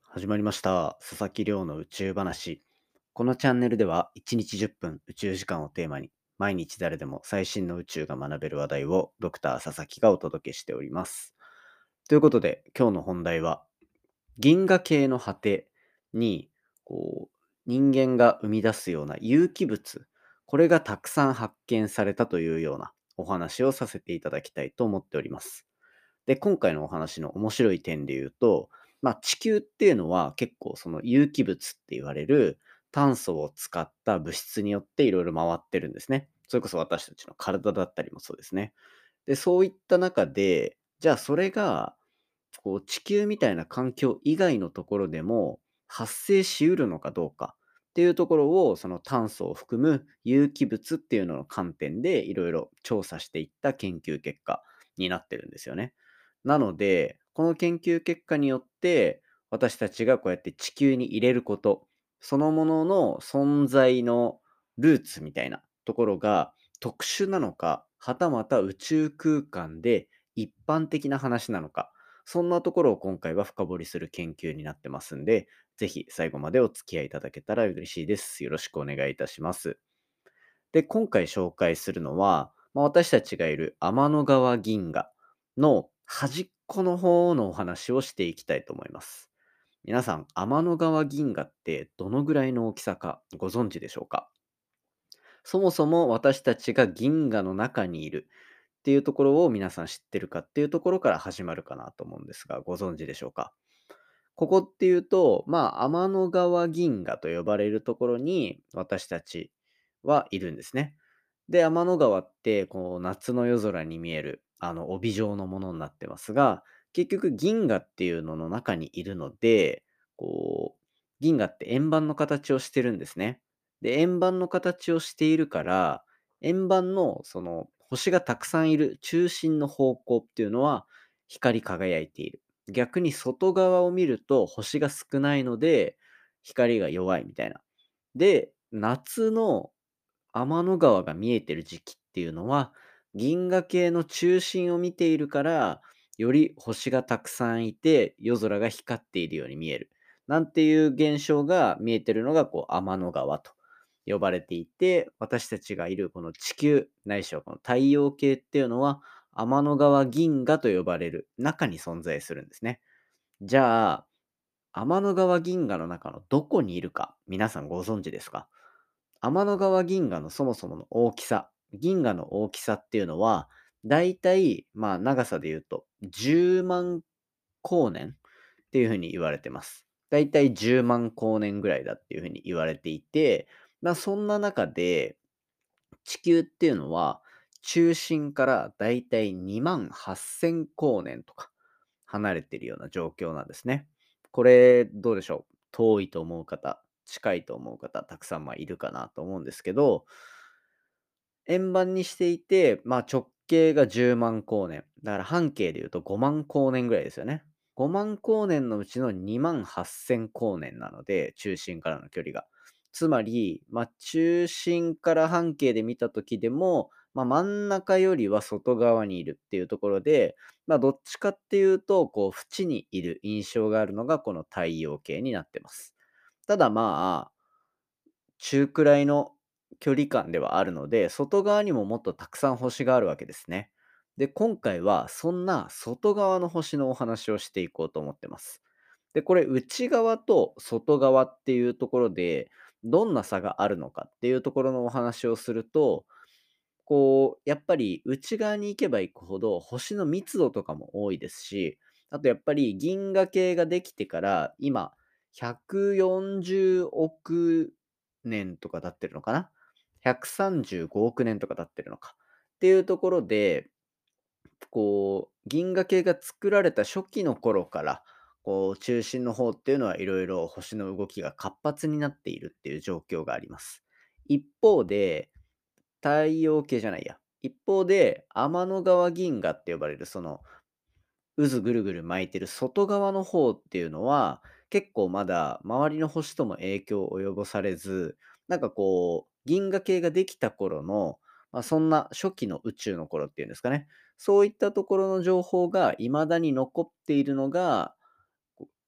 始まりました。佐々木亮の宇宙話。このチャンネルでは1日10分宇宙時間をテーマに毎日誰でも最新の宇宙が学べる話題をドクター佐々木がお届けしております。ということで今日の本題は銀河系の果てに人間が生み出すような有機物、これがたくさん発見されたというようなお話をさせていただきたいと思っております。で、今回のお話の面白い点で言うと、地球っていうのは結構その有機物って言われる炭素を使った物質によっていろいろ回ってるんですね。それこそ私たちの体だったりもそうですね。で、そういった中で、じゃあそれが、地球みたいな環境以外のところでも発生し得るのかどうかっていうところを、その炭素を含む有機物っていうのの観点でいろいろ調査していった研究結果になってるんですよね。なので、この研究結果によって、私たちがこうやって地球に入れること、そのものの存在のルーツみたいなところが特殊なのか、はたまた宇宙空間で一般的な話なのか、そんなところを今回は深掘りする研究になってますんで、ぜひ最後までお付き合いいただけたら嬉しいです。よろしくお願いいたします。で、今回紹介するのは、私たちがいる天の川銀河の端っこの方のお話をしていきたいと思います。皆さん、天の川銀河ってどのぐらいの大きさかご存知でしょうか？そもそも私たちが銀河の中にいるっていうところを皆さん知ってるかっていうところから始まるかなと思うんですが、ご存知でしょうか？ここっていうと、天の川銀河と呼ばれるところに私たちはいるんですね。で、天の川って、夏の夜空に見える、帯状のものになってますが、結局銀河っていうのの中にいるので、銀河って円盤の形をしてるんですね。で、円盤の形をしているから、円盤のその星がたくさんいる中心の方向っていうのは光り輝いている。逆に外側を見ると星が少ないので、光が弱いみたいな。で、夏の天の川が見えてる時期っていうのは、銀河系の中心を見ているから、より星がたくさんいて、夜空が光っているように見える。なんていう現象が見えてるのが、天の川と呼ばれていて、私たちがいるこの地球、ないしはこの太陽系っていうのは、天の川銀河と呼ばれる中に存在するんですね。じゃあ、天の川銀河の中のどこにいるか、皆さんご存知ですか？天の川銀河のそもそもの大きさ、銀河の大きさっていうのは、だいたい、長さで言うと10万光年っていう風に言われてます。だいたい10万光年ぐらいだっていう風に言われていて、そんな中で、地球っていうのは、中心からだいたい2万8000光年とか離れているような状況なんですね。これ、どうでしょう？遠いと思う方、近いと思う方、たくさんいるかなと思うんですけど、円盤にしていて、直径が10万光年。だから半径で言うと5万光年ぐらいですよね。5万光年のうちの2万8000光年なので、中心からの距離が。つまり、中心から半径で見た時でも、真ん中よりは外側にいるっていうところで、どっちかっていうと、縁にいる印象があるのがこの太陽系になってます。ただ中くらいの距離感ではあるので、外側にももっとたくさん星があるわけですね。で、今回はそんな外側の星のお話をしていこうと思ってます。で、これ内側と外側っていうところで、どんな差があるのかっていうところのお話をすると、やっぱり内側に行けば行くほど星の密度とかも多いですし、あとやっぱり銀河系ができてから今140億年とか経ってるのかな？ 135 億年とか経ってるのか。っていうところで、銀河系が作られた初期の頃から、中心の方っていうのはいろいろ星の動きが活発になっているっていう状況があります。一方で、太陽系じゃないや。一方で、天の川銀河って呼ばれるその渦ぐるぐる巻いてる外側の方っていうのは、結構まだ周りの星とも影響を及ぼされず、銀河系ができた頃の、そんな初期の宇宙の頃っていうんですかね。そういったところの情報が未だに残っているのが、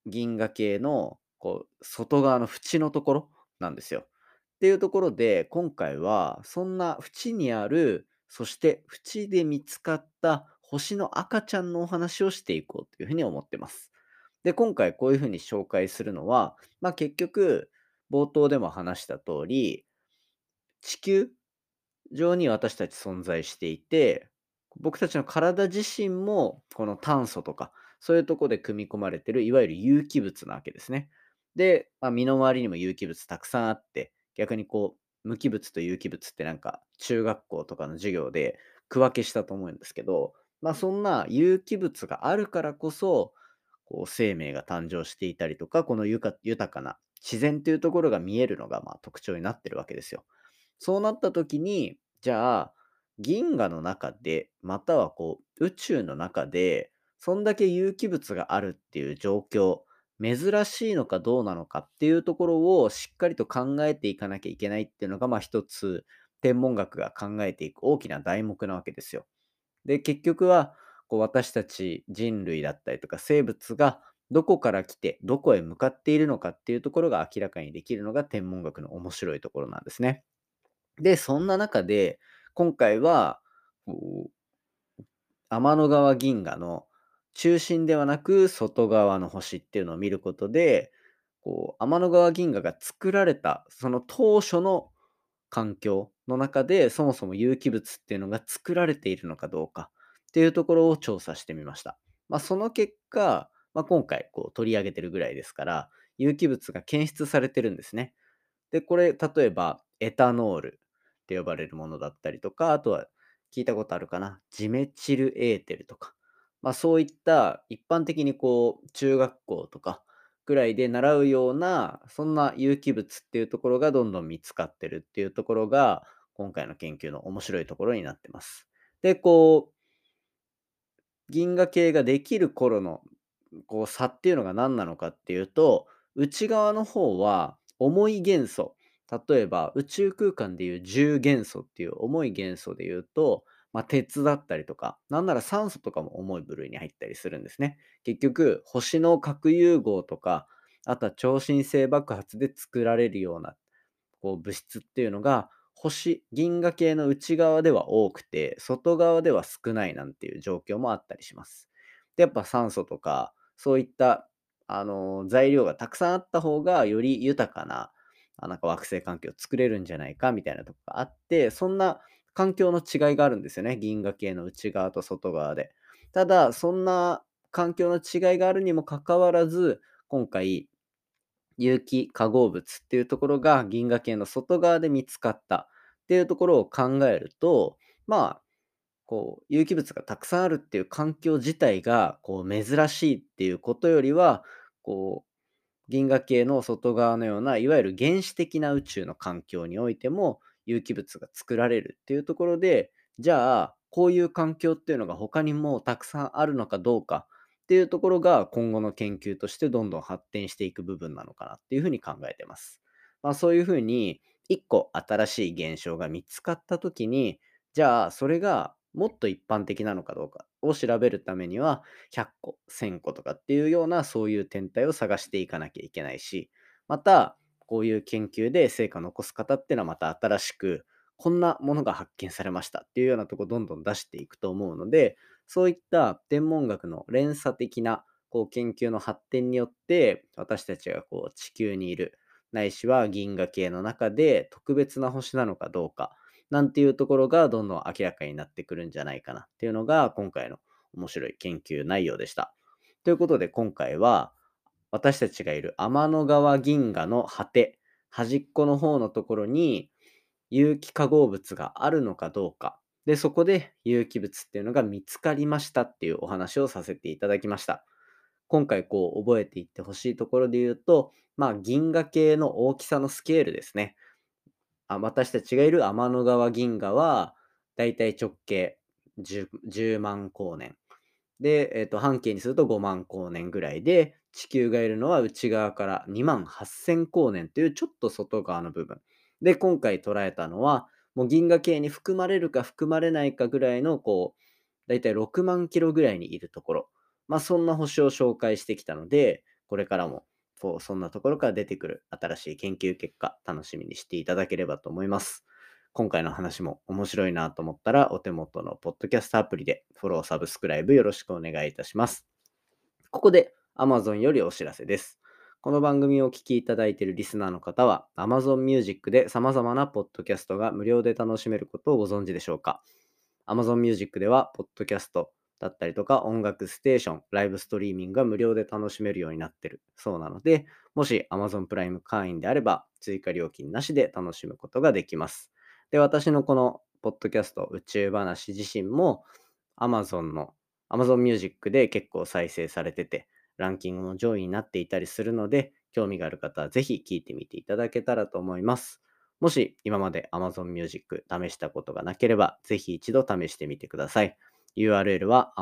銀河系のこう外側の縁のところなんですよ。っていうところで、今回はそんな縁にある、そして縁で見つかった星の赤ちゃんのお話をしていこうというふうに思ってます。で、今回こういうふうに紹介するのは、結局、冒頭でも話した通り、地球上に私たち存在していて、僕たちの体自身もこの炭素とか、そういうとこで組み込まれてる、いわゆる有機物なわけですね。で、身の回りにも有機物たくさんあって、逆にこう、無機物と有機物ってなんか、中学校とかの授業で区分けしたと思うんですけど、そんな有機物があるからこそ、こう生命が誕生していたりとか、この豊かな自然というところが見えるのが特徴になってるわけですよ。そうなった時に、じゃあ、銀河の中で、またはこう、宇宙の中で、そんだけ有機物があるっていう状況、珍しいのかどうなのかっていうところをしっかりと考えていかなきゃいけないっていうのが、一つ、天文学が考えていく大きな題目なわけですよ。で、結局は、こう私たち人類だったりとか生物がどこから来て、どこへ向かっているのかっていうところが明らかにできるのが天文学の面白いところなんですね。で、そんな中で、今回は、こう、天の川銀河の中心ではなく、外側の星っていうのを見ることで、こう、天の川銀河が作られた、その当初の環境の中で、そもそも有機物っていうのが作られているのかどうかっていうところを調査してみました。その結果、今回こう取り上げてるぐらいですから、有機物が検出されてるんですね。で、これ、例えば、エタノールって呼ばれるものだったりとか、あとは聞いたことあるかな、ジメチルエーテルとか、そういった一般的にこう、中学校とかぐらいで習うような、そんな有機物っていうところがどんどん見つかってるっていうところが、今回の研究の面白いところになってます。で、こう、銀河系ができる頃の、こう、差っていうのが何なのかっていうと、内側の方は重い元素、例えば宇宙空間でいう重元素っていう重い元素でいうと、鉄だったりとか、なんなら酸素とかも重い部類に入ったりするんですね。結局、星の核融合とか、あとは超新星爆発で作られるようなこう物質っていうのが、銀河系の内側では多くて、外側では少ないなんていう状況もあったりします。で、やっぱ酸素とか、そういった、材料がたくさんあった方が、より豊かな、なんか惑星環境を作れるんじゃないかみたいなとこがあって、そんな環境の違いがあるんですよね、銀河系の内側と外側で。ただ、そんな環境の違いがあるにもかかわらず、今回有機化合物っていうところが銀河系の外側で見つかったっていうところを考えると、こう、有機物がたくさんあるっていう環境自体が、こう、珍しいっていうことよりは、こう、銀河系の外側のような、いわゆる原始的な宇宙の環境においても、有機物が作られるっていうところで、じゃあ、こういう環境っていうのが他にもたくさんあるのかどうかっていうところが、今後の研究としてどんどん発展していく部分なのかなっていうふうに考えてます。そういうふうに、一個新しい現象が見つかったときに、じゃあ、それがもっと一般的なのかどうかを調べるためには、100個、1000個とかっていうような、そういう天体を探していかなきゃいけないし、また、こういう研究で成果を残す方っていうのはまた新しく、こんなものが発見されましたっていうようなとこどんどん出していくと思うので、そういった天文学の連鎖的なこう研究の発展によって、私たちがこう地球にいる、ないしは銀河系の中で特別な星なのかどうか、なんていうところがどんどん明らかになってくるんじゃないかなっていうのが今回の面白い研究内容でした。ということで今回は私たちがいる天の川銀河の果て、端っこの方のところに有機化合物があるのかどうか。で、そこで有機物っていうのが見つかりましたっていうお話をさせていただきました。今回こう覚えていってほしいところで言うと、銀河系の大きさのスケールですね。私たちがいる天の川銀河は、だいたい直径10万光年。で、半径にすると5万光年ぐらいで、地球がいるのは内側から2万8000光年というちょっと外側の部分。で、今回捉えたのは、もう銀河系に含まれるか含まれないかぐらいの、こう、だいたい6万キロぐらいにいるところ。そんな星を紹介してきたので、 これからもそんなところから出てくる新しい研究結果、楽しみにしていただければと思います。今回の話も面白いなと思ったら、お手元のポッドキャストアプリでフォロー、サブスクライブよろしくお願いいたします。ここで Amazon よりお知らせです。この番組をお聞きいただいているリスナーの方は Amazon Music で様々なポッドキャストが無料で楽しめることをご存知でしょうか？ Amazon Music ではポッドキャストだったりとか音楽ステーション、ライブストリーミングが無料で楽しめるようになっているそうなので、もし Amazon プライム会員であれば追加料金なしで楽しむことができます。で、私のこのポッドキャスト宇宙話自身も Amazon Music で結構再生されてて、ランキングの上位になっていたりするので、興味がある方はぜひ聞いてみていただけたらと思います。もし今まで Amazon Music 試したことがなければ、ぜひ一度試してみてください。URL は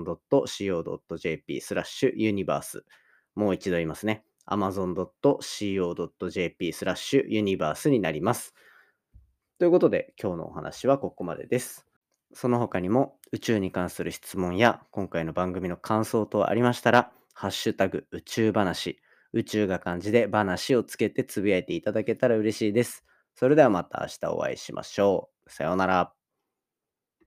amazon.co.jp/universe。もう一度言いますね。amazon.co.jp/universe になります。ということで、今日のお話はここまでです。その他にも宇宙に関する質問や今回の番組の感想等ありましたら、ハッシュタグ宇宙話、宇宙が漢字で話をつけてつぶやいていただけたら嬉しいです。それではまた明日お会いしましょう。さようなら。